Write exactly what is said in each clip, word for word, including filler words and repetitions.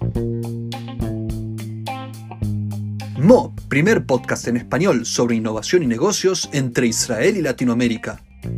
Mob, primer podcast en español sobre innovación y negocios entre Israel y Latinoamérica.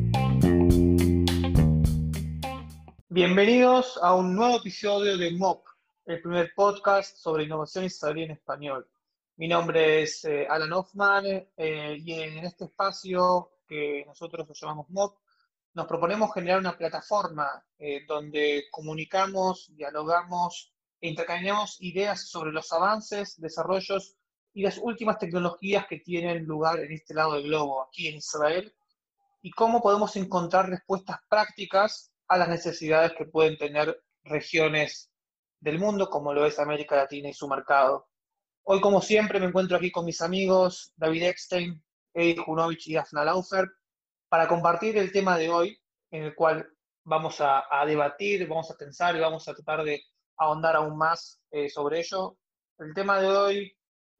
Bienvenidos a un nuevo episodio de Mob, el primer podcast sobre innovación israelí en español. Mi nombre es eh, Alan Hoffman eh, y en este espacio que nosotros lo llamamos Mob, nos proponemos generar una plataforma eh, donde comunicamos, dialogamos e intercambiamos ideas sobre los avances, desarrollos y las últimas tecnologías que tienen lugar en este lado del globo, aquí en Israel, y cómo podemos encontrar respuestas prácticas a las necesidades que pueden tener regiones del mundo, como lo es América Latina y su mercado. Hoy, como siempre, me encuentro aquí con mis amigos David Eckstein, Edi Junovich y Dafna Laufer para compartir el tema de hoy, en el cual vamos a, a debatir, vamos a pensar y vamos a tratar de ahondar aún más eh, sobre ello. El tema de hoy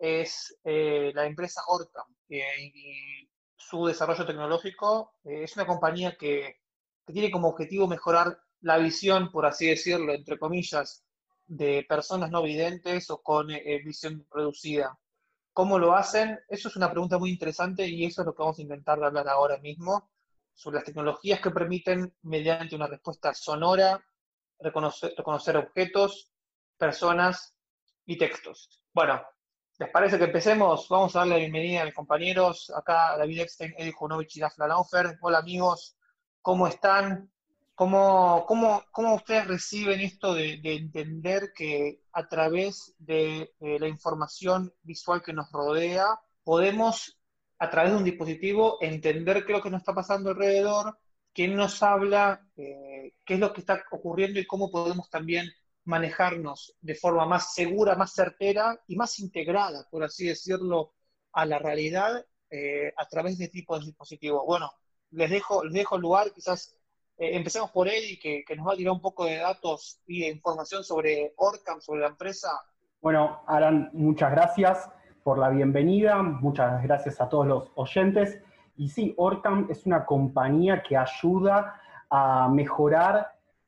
es eh, la empresa Orcam eh, y su desarrollo tecnológico. Eh, es una compañía que, que tiene como objetivo mejorar la visión, por así decirlo, entre comillas, de personas no videntes o con eh, visión reducida. ¿Cómo lo hacen? Eso es una pregunta muy interesante y eso es lo que vamos a intentar hablar ahora mismo, sobre las tecnologías que permiten, mediante una respuesta sonora, reconocer, reconocer objetos, personas y textos. Bueno, ¿les parece que empecemos? Vamos a darle la bienvenida a mis compañeros, acá David Eckstein, Edi Junovich y Dafna Laufer. Hola amigos, ¿cómo están? ¿Cómo, cómo, cómo ustedes reciben esto de, de entender que a través de eh, la información visual que nos rodea, podemos, a través de un dispositivo, entender qué es lo que nos está pasando alrededor, quién nos habla, eh, qué es lo que está ocurriendo y cómo podemos también manejarnos de forma más segura, más certera y más integrada, por así decirlo, a la realidad eh, a través de este tipo de dispositivos? Bueno, les dejo, les dejo el lugar, quizás eh, empecemos por Eddie, que, que nos va a tirar un poco de datos y de información sobre Orcam, sobre la empresa. Bueno, Alan, muchas gracias por la bienvenida, muchas gracias a todos los oyentes. Y sí, Orcam es una compañía que ayuda a mejorar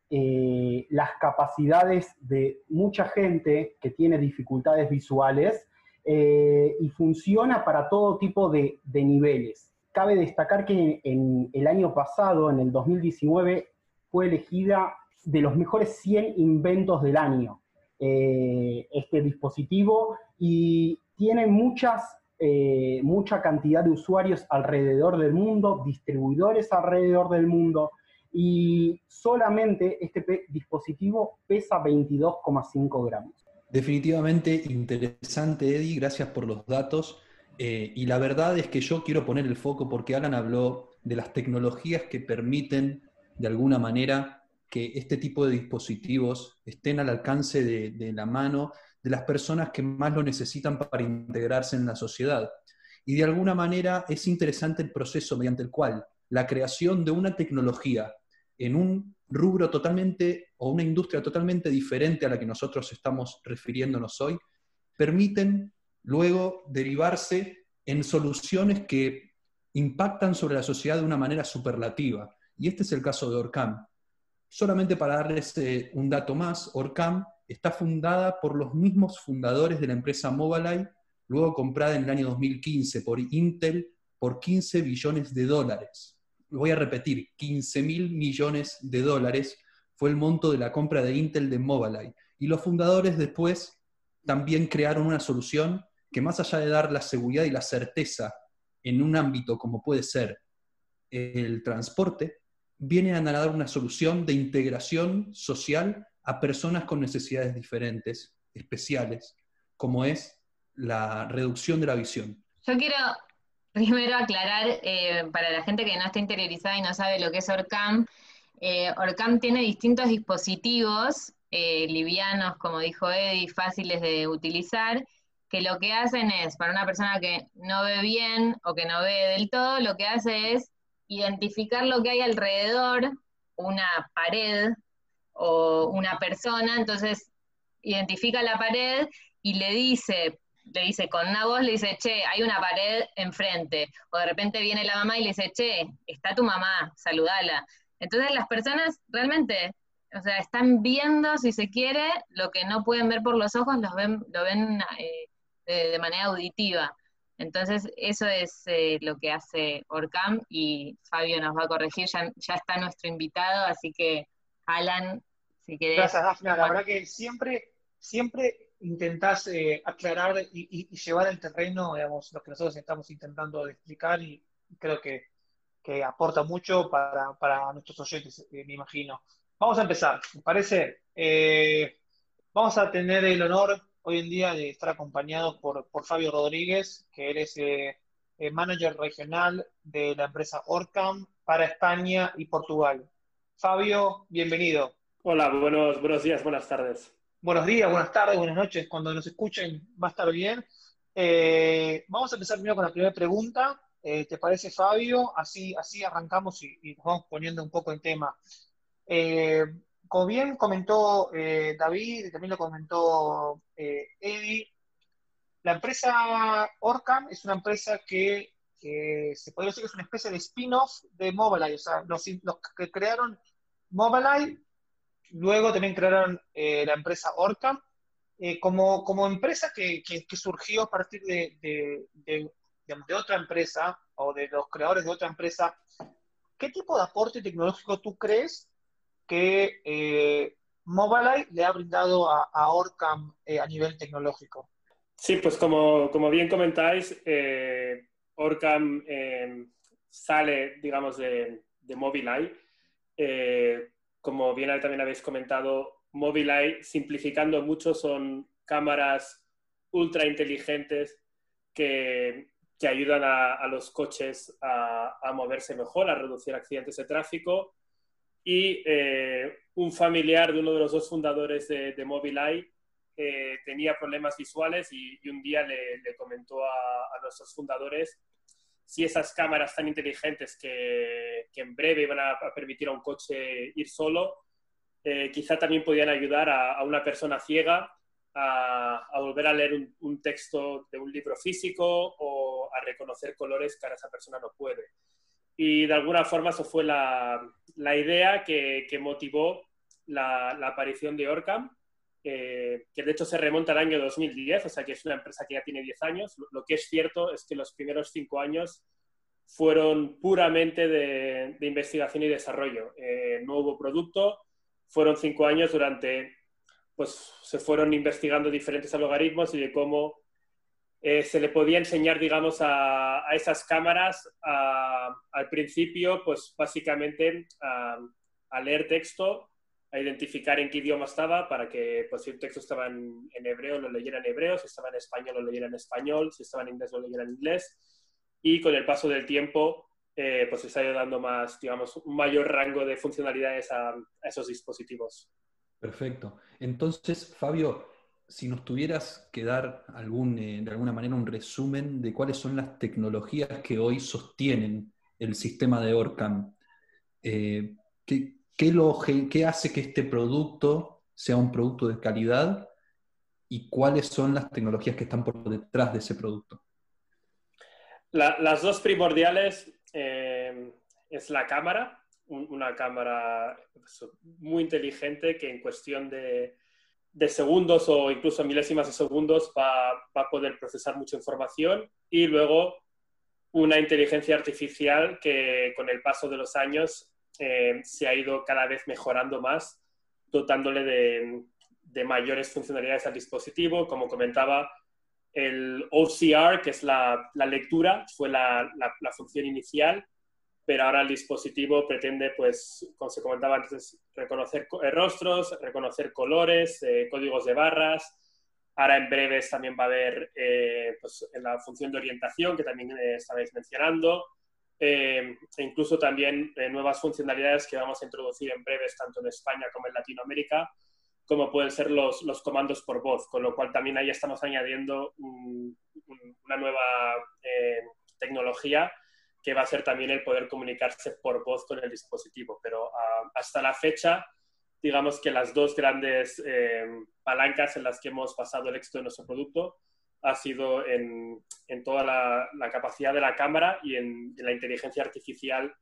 eh, las capacidades de mucha gente que tiene dificultades visuales eh, y funciona para todo tipo de, de niveles. Cabe destacar que en el año pasado, en el dos mil diecinueve, fue elegida de los mejores cien inventos del año eh, este dispositivo y tiene muchas, eh, mucha cantidad de usuarios alrededor del mundo, distribuidores alrededor del mundo, y solamente este pe- dispositivo pesa veintidós coma cinco gramos. Definitivamente interesante, Eddie, gracias por los datos. Eh, y la verdad es que yo quiero poner el foco porque Alan habló de las tecnologías que permiten, de alguna manera, que este tipo de dispositivos estén al alcance de, de la mano de las personas que más lo necesitan para integrarse en la sociedad. Y de alguna manera es interesante el proceso mediante el cual la creación de una tecnología en un rubro totalmente, o una industria totalmente diferente a la que nosotros estamos refiriéndonos hoy, permiten luego derivarse en soluciones que impactan sobre la sociedad de una manera superlativa. Y este es el caso de Orcam. Solamente para darles eh, un dato más, Orcam está fundada por los mismos fundadores de la empresa Mobileye, luego comprada en el año dos mil quince por Intel por quince billones de dólares. Voy a repetir, quince mil millones de dólares fue el monto de la compra de Intel de Mobileye. Y los fundadores después también crearon una solución que, más allá de dar la seguridad y la certeza en un ámbito como puede ser el transporte, viene a dar una solución de integración social a personas con necesidades diferentes, especiales, como es la reducción de la visión. Yo quiero primero aclarar, eh, para la gente que no está interiorizada y no sabe lo que es Orcam, eh, Orcam tiene distintos dispositivos, eh, livianos, como dijo Eddie, fáciles de utilizar, que lo que hacen es, para una persona que no ve bien o que no ve del todo, lo que hace es identificar lo que hay alrededor, una pared o una persona, entonces identifica la pared y le dice, le dice con una voz, le dice, che, hay una pared enfrente, o de repente viene la mamá y le dice, che, está tu mamá, saludala. Entonces las personas realmente, o sea, están viendo, si se quiere, lo que no pueden ver por los ojos, los ven, lo ven eh, de, de manera auditiva. Entonces, eso es eh, lo que hace Orcam, y Fabio nos va a corregir, ya, ya está nuestro invitado, así que, Alan, si querés... Gracias, Dafne. La bueno, verdad que siempre, siempre intentás eh, aclarar y, y- y llevar al terreno, digamos, lo que nosotros estamos intentando de explicar, y creo que, que aporta mucho para, para nuestros oyentes, eh, me imagino. Vamos a empezar, ¿me parece? Eh, vamos a tener el honor hoy en día de estar acompañados por, por Fabio Rodríguez, que él es eh, eh, manager regional de la empresa Orcam para España y Portugal. Fabio, bienvenido. Hola, buenos, buenos días, buenas tardes. Buenos días, buenas tardes, buenas noches. Cuando nos escuchen va a estar bien. Eh, vamos a empezar primero con la primera pregunta. Eh, ¿te parece, Fabio? Así, así arrancamos y, y nos vamos poniendo un poco en tema. Eh, como bien comentó eh, David, y también lo comentó eh, Eddie, la empresa Orcam es una empresa que, que se podría decir que es una especie de spin-off de Mobileye. O sea, los, los que crearon Mobileye luego también crearon eh, la empresa Orcam, eh, como, como empresa que, que, que surgió a partir de, de, de, digamos, de otra empresa o de los creadores de otra empresa. ¿Qué tipo de aporte tecnológico tú crees que eh, Mobileye le ha brindado a, a Orcam eh, a nivel tecnológico? Sí, pues como, como bien comentáis, eh, Orcam eh, sale, digamos, de, de Mobileye. Eh, como bien también habéis comentado, Mobileye, simplificando mucho, son cámaras ultra inteligentes que, que ayudan a, a los coches a, a moverse mejor, a reducir accidentes de tráfico. Y eh, un familiar de uno de los dos fundadores de, de Mobileye eh, tenía problemas visuales y, y un día le, le comentó a, a nuestros fundadores si esas cámaras tan inteligentes que, que en breve iban a, a permitir a un coche ir solo, eh, quizá también podían ayudar a, a una persona ciega a, a volver a leer un, un texto de un libro físico o a reconocer colores que ahora esa persona no puede. Y de alguna forma eso fue la, la idea que, que motivó la, la aparición de Orcam, eh, que de hecho se remonta al año dos mil diez, o sea que es una empresa que ya tiene diez años. Lo, lo que es cierto es que los primeros cinco años fueron puramente de, de investigación y desarrollo. Eh, no hubo producto, fueron cinco años durante, pues se fueron investigando diferentes algoritmos y de cómo Eh, se le podía enseñar, digamos, a, a esas cámaras a, al principio, pues básicamente a, a leer texto, a identificar en qué idioma estaba, para que pues, si el texto estaba en, en hebreo lo leyera en hebreo, si estaba en español lo leyera en español, si estaba en inglés lo leyera en inglés. Y con el paso del tiempo, eh, pues se ha ido dando más, digamos, un mayor rango de funcionalidades a, a esos dispositivos. Perfecto. Entonces, Fabio, si nos tuvieras que dar algún, eh, de alguna manera un resumen de cuáles son las tecnologías que hoy sostienen el sistema de Orcam, eh, ¿qué, qué lo, ¿qué hace que este producto sea un producto de calidad y cuáles son las tecnologías que están por detrás de ese producto? La, las dos primordiales eh, es la cámara, un, una cámara muy inteligente que en cuestión de, de segundos o incluso milésimas de segundos va, va a poder procesar mucha información, y luego una inteligencia artificial que con el paso de los años eh, se ha ido cada vez mejorando más, dotándole de, de mayores funcionalidades al dispositivo. Como comentaba, el O C R, que es la, la lectura, fue la, la, la función inicial, pero ahora el dispositivo pretende, pues, como se comentaba antes, reconocer rostros, reconocer colores, eh, códigos de barras. Ahora en breves también va a haber eh, pues, en la función de orientación, que también eh, estabais mencionando, eh, e incluso también eh, nuevas funcionalidades que vamos a introducir en breves, tanto en España como en Latinoamérica, como pueden ser los, los comandos por voz, con lo cual también ahí estamos añadiendo un, un, una nueva eh, tecnología que va a ser también el poder comunicarse por voz con el dispositivo. Pero uh, hasta la fecha, digamos que las dos grandes eh, palancas en las que hemos basado el éxito de nuestro producto ha sido en, en toda la, la capacidad de la cámara y en, en la inteligencia artificial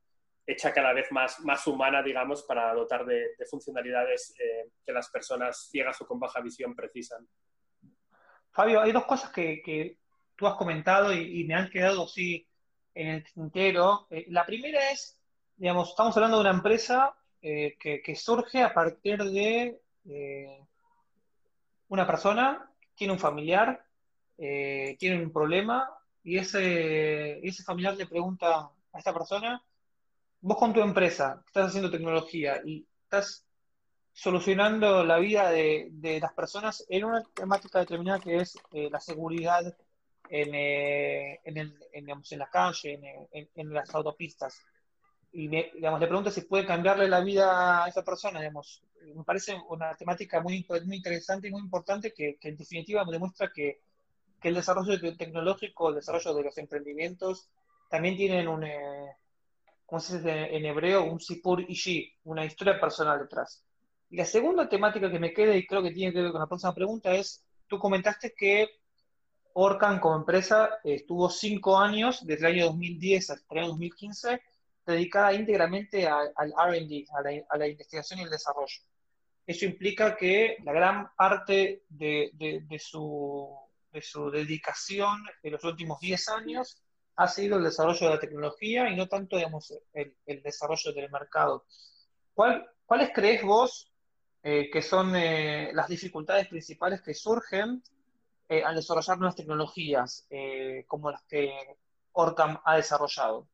hecha cada vez más, más humana, digamos, para dotar de, de funcionalidades eh, que las personas ciegas o con baja visión precisan. Fabio, hay dos cosas que, que tú has comentado y, y me han quedado así en el tintero. Eh, la primera es, digamos, estamos hablando de una empresa eh, que, que surge a partir de eh, una persona, tiene un familiar, eh, tiene un problema y ese, ese familiar le pregunta a esta persona, vos con tu empresa estás haciendo tecnología y estás solucionando la vida de, de las personas en una temática determinada que es eh, la seguridad en, eh, en, el, en, digamos, en la calle, en, en, en las autopistas. Y me, digamos, le pregunto si puede cambiarle la vida a esa persona. Digamos. Me parece una temática muy, muy interesante y muy importante que, que en definitiva demuestra que, que el desarrollo tecnológico, el desarrollo de los emprendimientos, también tienen un, eh, ¿cómo se dice en hebreo? Un sipur ishi, una historia personal detrás. Y la segunda temática que me queda, y creo que tiene que ver con la próxima pregunta, es, tú comentaste que Orcam como empresa eh, estuvo cinco años, desde el año dos mil diez hasta el año dos mil quince, dedicada íntegramente a, al R and D, a la, a la investigación y el desarrollo. Eso implica que la gran parte de, de, de, su, de su dedicación en los últimos diez años ha sido el desarrollo de la tecnología y no tanto, digamos, el, el desarrollo del mercado. ¿Cuál, ¿Cuáles crees vos eh, que son eh, las dificultades principales que surgen eh, al desarrollar nuevas tecnologías eh, como las que Orcam ha desarrollado?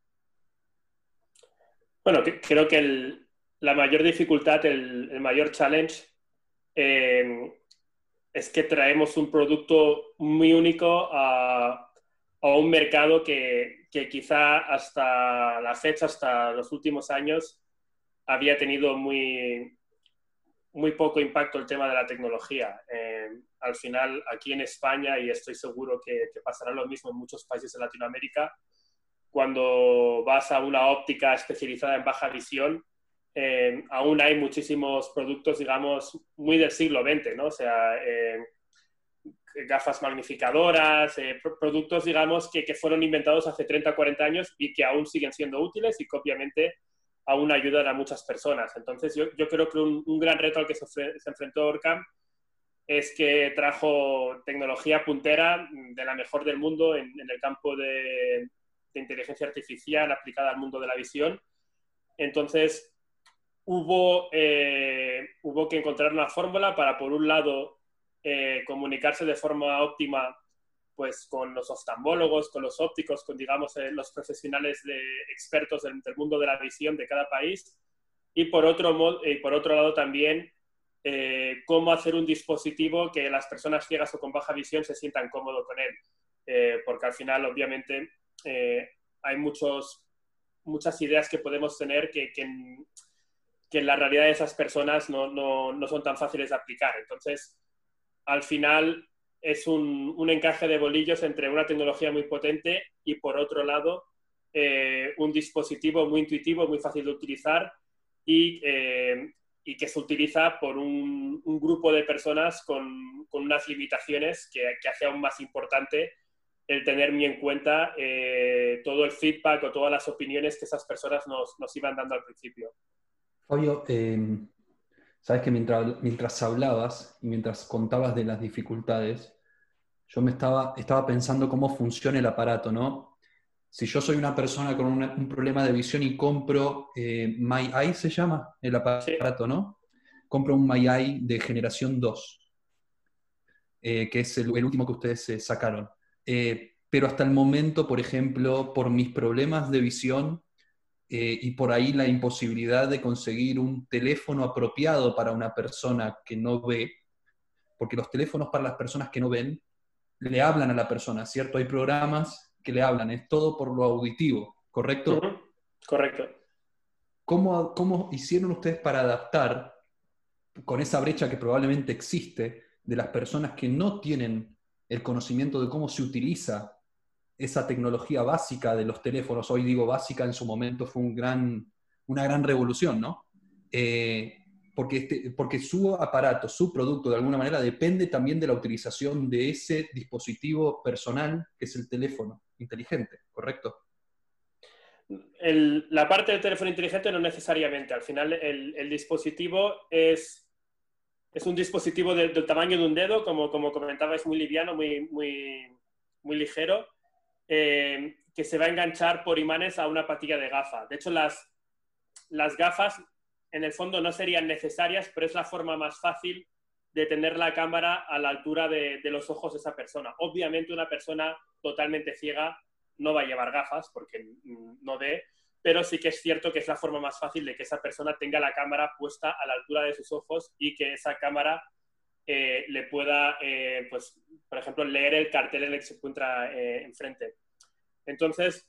Bueno, que, creo que el, la mayor dificultad, el, el mayor challenge eh, es que traemos un producto muy único a, a un mercado que, que quizá hasta la fecha, hasta los últimos años, había tenido muy, muy poco impacto el tema de la tecnología. Eh, al final, aquí en España, y estoy seguro que, que pasará lo mismo en muchos países de Latinoamérica, cuando vas a una óptica especializada en baja visión, eh, aún hay muchísimos productos, digamos, muy del siglo veinte, ¿no? O sea, eh, gafas magnificadoras, eh, productos, digamos, que, que fueron inventados hace treinta o cuarenta años y que aún siguen siendo útiles y que obviamente aún ayudan a muchas personas. Entonces, yo, yo creo que un, un gran reto al que se, se enfrentó Orcam es que trajo tecnología puntera de la mejor del mundo en, en el campo de, de inteligencia artificial aplicada al mundo de la visión. Entonces, hubo, eh, hubo que encontrar una fórmula para, por un lado, eh, comunicarse de forma óptima pues, con los oftalmólogos, con los ópticos, con, digamos, eh, los profesionales de, expertos del, del mundo de la visión de cada país. Y por otro, modo, y por otro lado también, eh, cómo hacer un dispositivo que las personas ciegas o con baja visión se sientan cómodos con él. Eh, porque al final, obviamente, eh, hay muchos, muchas ideas que podemos tener que, que, en, que en la realidad de esas personas no, no, no son tan fáciles de aplicar. Entonces, al final es un, un encaje de bolillos entre una tecnología muy potente y, por otro lado, eh, un dispositivo muy intuitivo, muy fácil de utilizar y, eh, y que se utiliza por un, un grupo de personas con, con unas limitaciones que, que hace aún más importante el tener muy en cuenta eh, todo el feedback o todas las opiniones que esas personas nos, nos iban dando al principio. Fabio, eh, sabes que mientras, mientras hablabas y mientras contabas de las dificultades, yo me estaba, estaba pensando cómo funciona el aparato, ¿no? Si yo soy una persona con una, un problema de visión y compro eh, MyEye, se llama el aparato, sí, ¿no? Compro un MyEye de generación dos, eh, que es el, el último que ustedes eh, sacaron. Eh, pero hasta el momento, por ejemplo, por mis problemas de visión eh, y por ahí la imposibilidad de conseguir un teléfono apropiado para una persona que no ve, porque los teléfonos para las personas que no ven le hablan a la persona, ¿cierto? Hay programas que le hablan, es todo por lo auditivo, ¿correcto? Uh-huh. Correcto. ¿Cómo, ¿Cómo hicieron ustedes para adaptar con esa brecha que probablemente existe de las personas que no tienen el conocimiento de cómo se utiliza esa tecnología básica de los teléfonos? Hoy digo básica, en su momento fue un gran, una gran revolución, ¿no? Eh, porque, este, porque su aparato, su producto, de alguna manera, depende también de la utilización de ese dispositivo personal, que es el teléfono inteligente, ¿correcto? el, la parte del teléfono inteligente no necesariamente. Al final el, el dispositivo es, es un dispositivo de, del tamaño de un dedo, como, como comentaba, es muy liviano, muy, muy, muy ligero, eh, que se va a enganchar por imanes a una patilla de gafa. De hecho, las, las gafas en el fondo no serían necesarias, pero es la forma más fácil de tener la cámara a la altura de, de los ojos de esa persona. Obviamente una persona totalmente ciega no va a llevar gafas porque no ve, pero sí que es cierto que es la forma más fácil de que esa persona tenga la cámara puesta a la altura de sus ojos y que esa cámara eh, le pueda, eh, pues, por ejemplo, leer el cartel en el que se encuentra eh, enfrente. Entonces,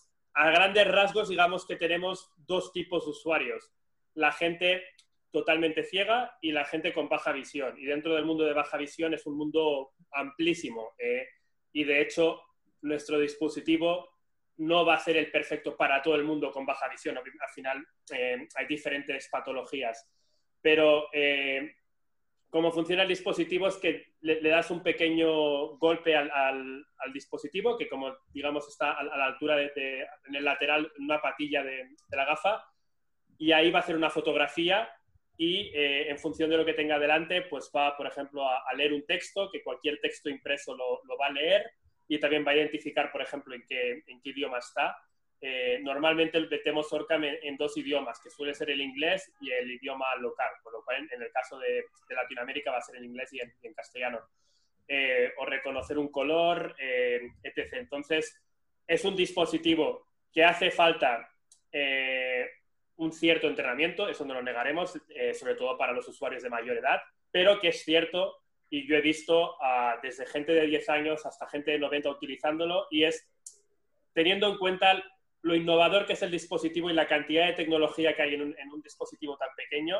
a grandes rasgos, digamos que tenemos dos tipos de usuarios. La gente totalmente ciega y la gente con baja visión. Y dentro del mundo de baja visión es un mundo amplísimo. Eh, y de hecho, nuestro dispositivo no va a ser el perfecto para todo el mundo con baja visión. Al final eh, hay diferentes patologías. Pero eh, cómo funciona el dispositivo es que le, le das un pequeño golpe al, al, al dispositivo, que como digamos está a, a la altura de, de, en el lateral, una patilla de, de la gafa, y ahí va a hacer una fotografía y eh, en función de lo que tenga delante, pues va, por ejemplo, a, a leer un texto, que cualquier texto impreso lo, lo va a leer, y también va a identificar, por ejemplo, en qué, en qué idioma está. Eh, normalmente metemos Orcam en, en dos idiomas, que suele ser el inglés y el idioma local, por lo cual en, en el caso de, de Latinoamérica va a ser en inglés y en, y en castellano. Eh, o reconocer un color, eh, etcétera. Entonces, es un dispositivo que hace falta eh, un cierto entrenamiento, eso no lo negaremos, eh, sobre todo para los usuarios de mayor edad, pero que es cierto, y yo he visto uh, desde gente de diez años hasta gente de noventa utilizándolo, y es teniendo en cuenta lo innovador que es el dispositivo y la cantidad de tecnología que hay en un, en un dispositivo tan pequeño,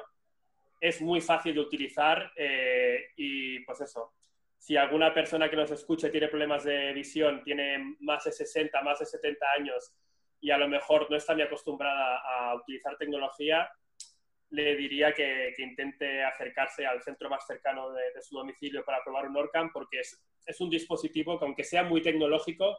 es muy fácil de utilizar eh, y pues eso, si alguna persona que nos escuche tiene problemas de visión, tiene más de sesenta, más de setenta años y a lo mejor no está ni acostumbrada a utilizar tecnología, le diría que, que intente acercarse al centro más cercano de, de su domicilio para probar un Orcam, porque es, es un dispositivo que, aunque sea muy tecnológico,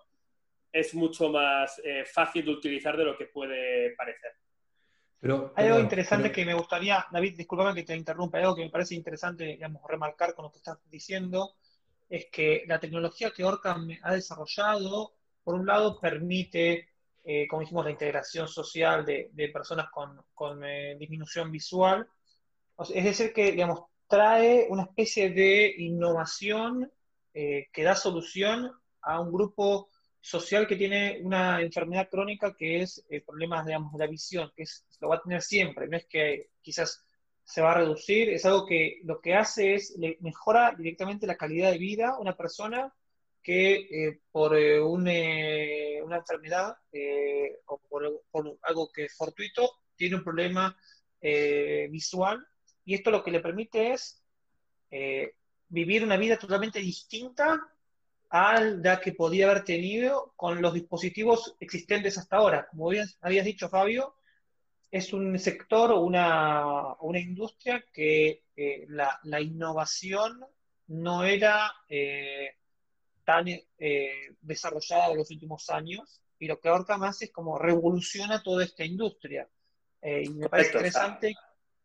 es mucho más eh, fácil de utilizar de lo que puede parecer. Pero, Hay algo interesante pero... que me gustaría, David, discúlpame que te interrumpa, algo que me parece interesante, digamos, remarcar con lo que estás diciendo, es que la tecnología que Orcam ha desarrollado, por un lado, permite, eh, como dijimos, la integración social de, de personas con, con eh, disminución visual. O sea, es decir, que, digamos, trae una especie de innovación eh, que da solución a un grupo social que tiene una enfermedad crónica que es eh, problemas, digamos, de la visión, que es, lo va a tener siempre, no es que quizás se va a reducir, es algo que lo que hace es, le mejora directamente la calidad de vida a una persona que eh, por eh, un, eh, una enfermedad eh, o por, por algo que es fortuito, tiene un problema eh, visual, y esto lo que le permite es eh, vivir una vida totalmente distinta a la que podía haber tenido con los dispositivos existentes hasta ahora. Como bien habías dicho, Fabio, es un sector o una, una industria que eh, la, la innovación no era eh, tan eh, desarrollada en los últimos años, y lo que Orcam hace es como revoluciona toda esta industria. Eh, y me parece Correcto, interesante.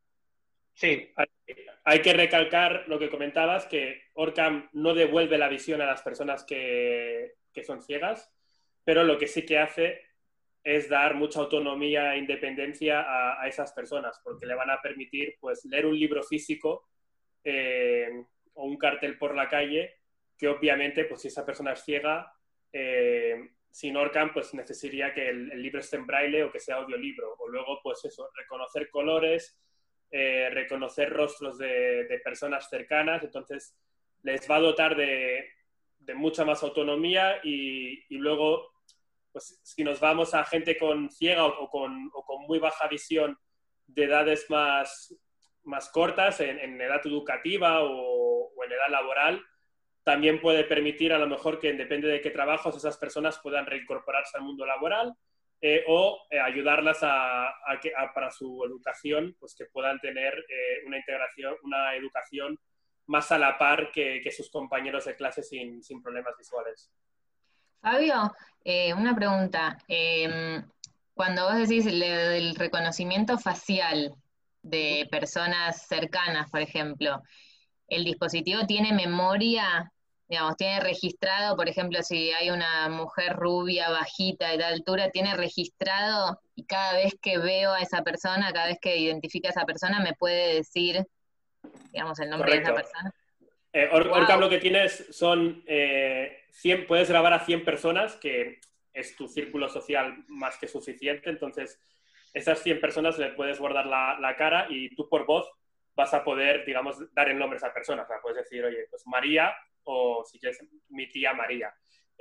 Sí. Hay, hay que recalcar lo que comentabas, que Orcam no devuelve la visión a las personas que, que son ciegas, pero lo que sí que hace es dar mucha autonomía e independencia a, a esas personas, porque le van a permitir, pues, leer un libro físico eh, o un cartel por la calle, que obviamente, pues, si esa persona es ciega, eh, sin Orcam, pues necesitaría que el, el libro esté en braille o que sea audiolibro. O luego, pues eso, reconocer colores, eh, reconocer rostros de, de personas cercanas. Entonces, les va a dotar de, de mucha más autonomía y, y luego, pues si nos vamos a gente con ciega o, o, con, o con muy baja visión de edades más, más cortas, en, en edad educativa o, o en edad laboral, también puede permitir a lo mejor que, depende de qué trabajos, esas personas puedan reincorporarse al mundo laboral eh, o eh, ayudarlas a, a que, a, para su educación, pues que puedan tener eh, una integración, una educación más a la par que, que sus compañeros de clase sin, sin problemas visuales. Fabio, eh, una pregunta. Eh, cuando vos decís el, el reconocimiento facial de personas cercanas, por ejemplo, ¿el dispositivo tiene memoria? Digamos, tiene registrado, por ejemplo, si hay una mujer rubia, bajita, de tal altura, tiene registrado y cada vez que veo a esa persona, cada vez que identifica a esa persona, me puede decir, digamos, el nombre Correcto. de esa persona. Eh, Or- Wow. Orcam lo que tienes son eh, cien, puedes grabar a cien personas, que es tu círculo social más que suficiente, entonces esas cien personas le puedes guardar la, la cara y tú por voz vas a poder, digamos, dar el nombre a esa persona. O sea, puedes decir, oye, pues María, o si quieres, mi tía María.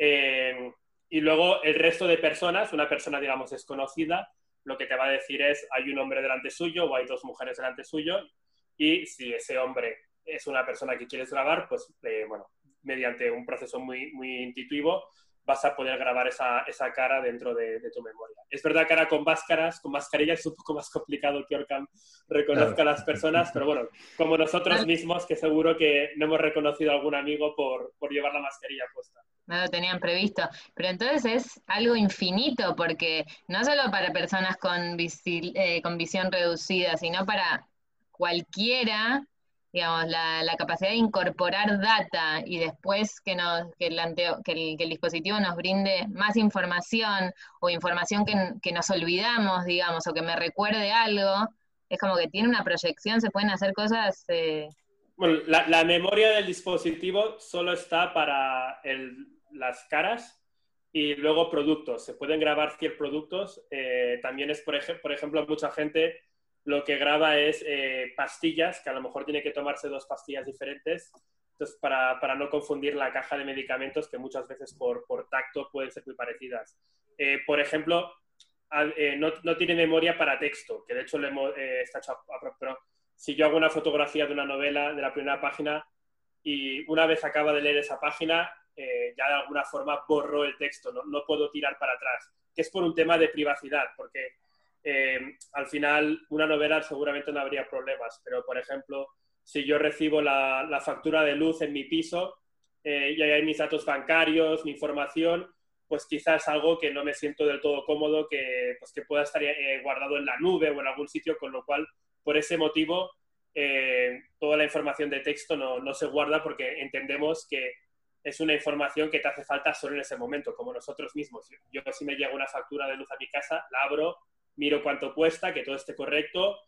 Eh, y luego el resto de personas, una persona, digamos, desconocida, lo que te va a decir es, hay un hombre delante suyo o hay dos mujeres delante suyo, y si ese hombre es una persona que quieres grabar, pues, eh, bueno, mediante un proceso muy, muy intuitivo, vas a poder grabar esa, esa cara dentro de, de tu memoria. Es verdad que ahora con máscaras, con mascarillas es un poco más complicado que Orcam reconozca claro. a las personas, pero bueno, como nosotros mismos, que seguro que no hemos reconocido a algún amigo por, por llevar la mascarilla puesta. No lo tenían previsto, pero entonces es algo infinito, porque no solo para personas con, visi, eh, con visión reducida, sino para cualquiera, digamos, la, la capacidad de incorporar data y después que, nos, que, el, anteo, que, el, que el dispositivo nos brinde más información o información que, que nos olvidamos, digamos, o que me recuerde algo, es como que tiene una proyección, se pueden hacer cosas... Eh... Bueno, la, la memoria del dispositivo solo está para el, las caras y luego productos. Se pueden grabar cien productos. Eh, también es, por, ej por ejemplo, mucha gente... lo que graba es eh, pastillas, que a lo mejor tiene que tomarse dos pastillas diferentes, entonces para, para no confundir la caja de medicamentos, que muchas veces por, por tacto pueden ser muy parecidas. Eh, por ejemplo, a, eh, no, no tiene memoria para texto, que de hecho le hemos, eh, está hecho a, a, pero si yo hago una fotografía de una novela, de la primera página, y una vez acaba de leer esa página, eh, ya de alguna forma borro el texto, no, no puedo tirar para atrás, que es por un tema de privacidad, porque Eh, al final, una novela seguramente no habría problemas, pero, por ejemplo, si yo recibo la, la factura de luz en mi piso eh, y ahí hay mis datos bancarios, mi información, pues quizás algo que no me siento del todo cómodo, que, pues que pueda estar eh, guardado en la nube o en algún sitio, con lo cual, por ese motivo, eh, toda la información de texto no, no se guarda, porque entendemos que es una información que te hace falta solo en ese momento, como nosotros mismos. Yo, si me llega una factura de luz a mi casa, la abro, miro cuánto cuesta, que todo esté correcto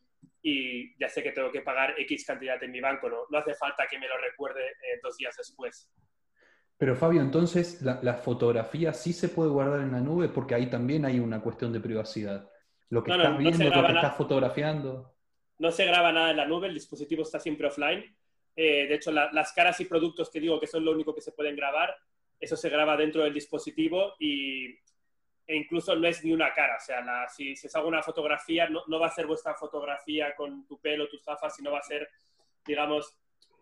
y ya sé que tengo que pagar X cantidad en mi banco. No, no hace falta que me lo recuerde eh, dos días después. Pero Fabio, entonces, ¿la, la fotografía sí se puede guardar en la nube? Porque ahí también hay una cuestión de privacidad. Lo que no, estás no, viendo, no lo que estás fotografiando... No se graba nada en la nube, el dispositivo está siempre offline. Eh, de hecho, la, las caras y productos que digo que son lo único que se pueden grabar, eso se graba dentro del dispositivo y... e incluso no es ni una cara, o sea, la, si, si os hago una fotografía, no, no va a ser vuestra fotografía con tu pelo, tus gafas, sino va a ser, digamos,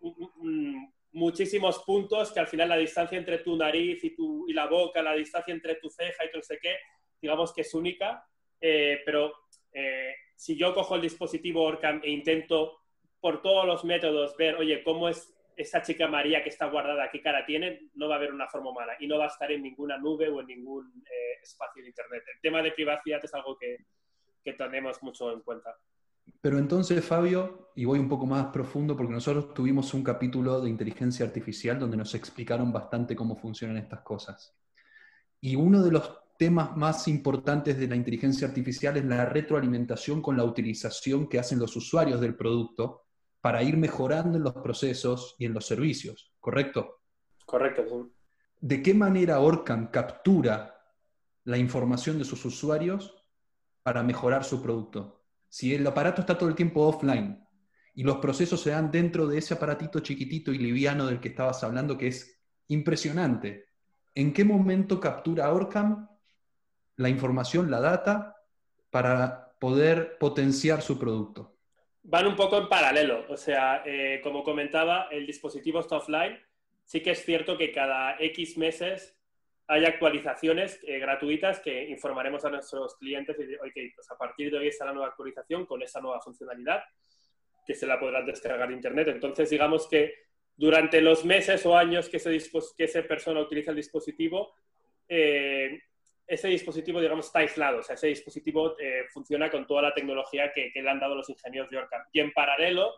muchísimos puntos, que al final la distancia entre tu nariz y, tu, y la boca, la distancia entre tu ceja y tu no sé qué, digamos que es única, eh, pero eh, si yo cojo el dispositivo Orcam e intento por todos los métodos ver, oye, cómo es esa chica María que está guardada, qué cara tiene, no va a haber una forma humana y no va a estar en ninguna nube o en ningún eh, espacio de Internet. El tema de privacidad es algo que, que tenemos mucho en cuenta. Pero entonces, Fabio, y voy un poco más profundo, porque nosotros tuvimos un capítulo de inteligencia artificial donde nos explicaron bastante cómo funcionan estas cosas. Y uno de los temas más importantes de la inteligencia artificial es la retroalimentación con la utilización que hacen los usuarios del producto para ir mejorando en los procesos y en los servicios, ¿correcto? Correcto, sí. ¿De qué manera Orcam captura la información de sus usuarios para mejorar su producto? Si el aparato está todo el tiempo offline y los procesos se dan dentro de ese aparatito chiquitito y liviano del que estabas hablando, que es impresionante, ¿en qué momento captura Orcam la información, la data, para poder potenciar su producto? Van un poco en paralelo, o sea, eh, como comentaba, el dispositivo está offline. Sí que es cierto que cada X meses hay actualizaciones eh, gratuitas que informaremos a nuestros clientes y de, ok, pues a partir de hoy está la nueva actualización con esa nueva funcionalidad que se la podrán descargar de internet. Entonces, digamos que durante los meses o años que ese, que esa persona utiliza el dispositivo, eh, ese dispositivo, digamos, está aislado. O sea, ese dispositivo eh, funciona con toda la tecnología que, que le han dado los ingenieros de OrCam. Y en paralelo,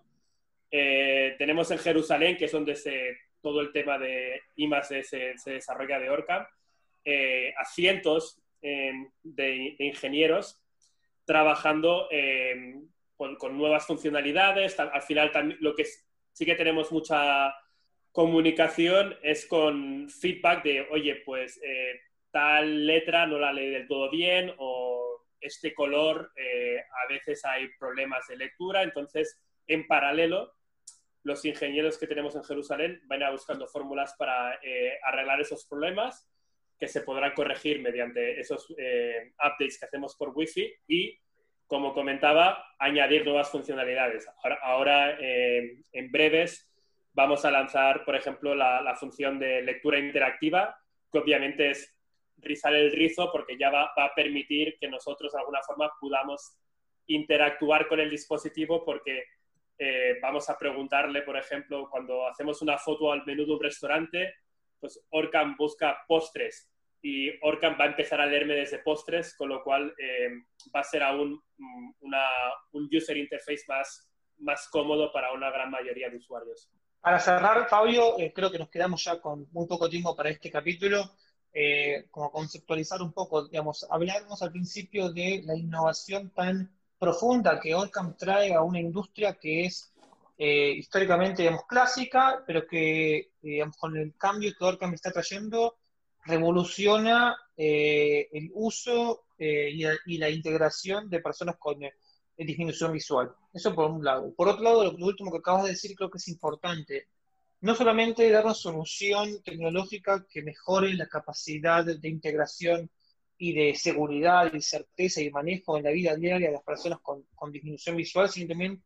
eh, tenemos en Jerusalén, que es donde se, todo el tema de I más D se, se desarrolla de OrCam, eh, a cientos eh, de, de ingenieros trabajando eh, con, con nuevas funcionalidades. Al final, también, lo que sí que tenemos mucha comunicación es con feedback de, oye, pues eh, tal letra no la leí del todo bien, o este color eh, a veces hay problemas de lectura. Entonces, en paralelo, los ingenieros que tenemos en Jerusalén van a buscando fórmulas para eh, arreglar esos problemas, que se podrán corregir mediante esos eh, updates que hacemos por Wi-Fi y, como comentaba, añadir nuevas funcionalidades. Ahora, ahora eh, en breves, vamos a lanzar, por ejemplo, la, la función de lectura interactiva, que obviamente es rizar el rizo porque ya va, va a permitir que nosotros de alguna forma podamos interactuar con el dispositivo, porque eh, vamos a preguntarle, por ejemplo, cuando hacemos una foto al menú de un restaurante, pues OrCam busca postres y OrCam va a empezar a leerme desde postres, con lo cual eh, va a ser aún una, un user interface más, más cómodo para una gran mayoría de usuarios. Para cerrar, Fabio, eh, creo que nos quedamos ya con muy poco tiempo para este capítulo. Eh, como conceptualizar un poco, digamos, hablábamos al principio de la innovación tan profunda que OrCam trae a una industria que es eh, históricamente, digamos, clásica, pero que, digamos, con el cambio que OrCam está trayendo, revoluciona eh, el uso eh, y, y la integración de personas con eh, disminución visual. Eso por un lado. Por otro lado, lo, lo último que acabas de decir creo que es importante. No solamente dar una solución tecnológica que mejore la capacidad de integración y de seguridad y certeza y manejo en la vida diaria de las personas con, con disminución visual, sino también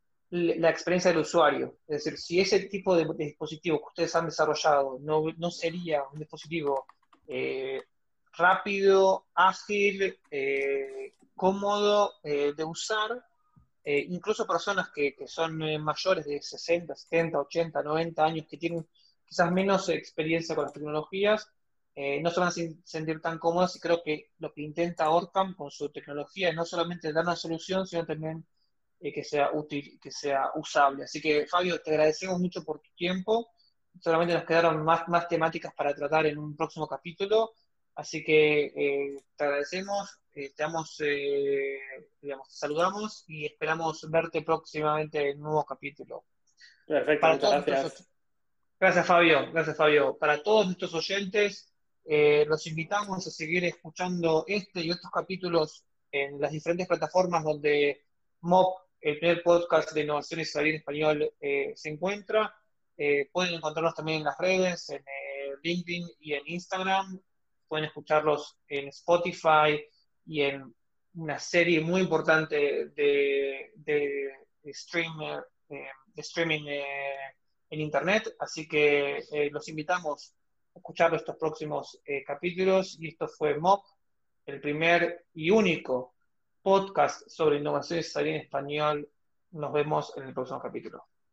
la experiencia del usuario. Es decir, si ese tipo de, de dispositivo que ustedes han desarrollado no, no sería un dispositivo eh, rápido, ágil, eh, cómodo eh, de usar, eh, incluso personas que, que son eh, mayores de sesenta, setenta, ochenta, noventa años, que tienen quizás menos experiencia con las tecnologías, eh, no se van a sentir tan cómodas, y creo que lo que intenta OrCam con su tecnología es no solamente dar una solución, sino también eh, que sea útil, que sea usable. Así que, Fabio, te agradecemos mucho por tu tiempo. Solamente nos quedaron más, más temáticas para tratar en un próximo capítulo. Así que eh, te agradecemos, eh, te damos, eh, digamos, te saludamos y esperamos verte próximamente en un nuevo capítulo. Perfecto, Para muchas todos gracias. nuestros, gracias, Fabio, gracias, Fabio. Para todos nuestros oyentes, eh, los invitamos a seguir escuchando este y otros capítulos en las diferentes plataformas donde M O P, el primer podcast de innovación israelí en español, eh, se encuentra. Eh, pueden encontrarnos también en las redes, en eh, LinkedIn y en Instagram. Pueden escucharlos en Spotify y en una serie muy importante de, de, de, streamer, eh, de streaming eh, en Internet. Así que eh, los invitamos a escuchar estos próximos eh, capítulos. Y esto fue M O P, el primer y único podcast sobre innovación israelí en español. Nos vemos en el próximo capítulo.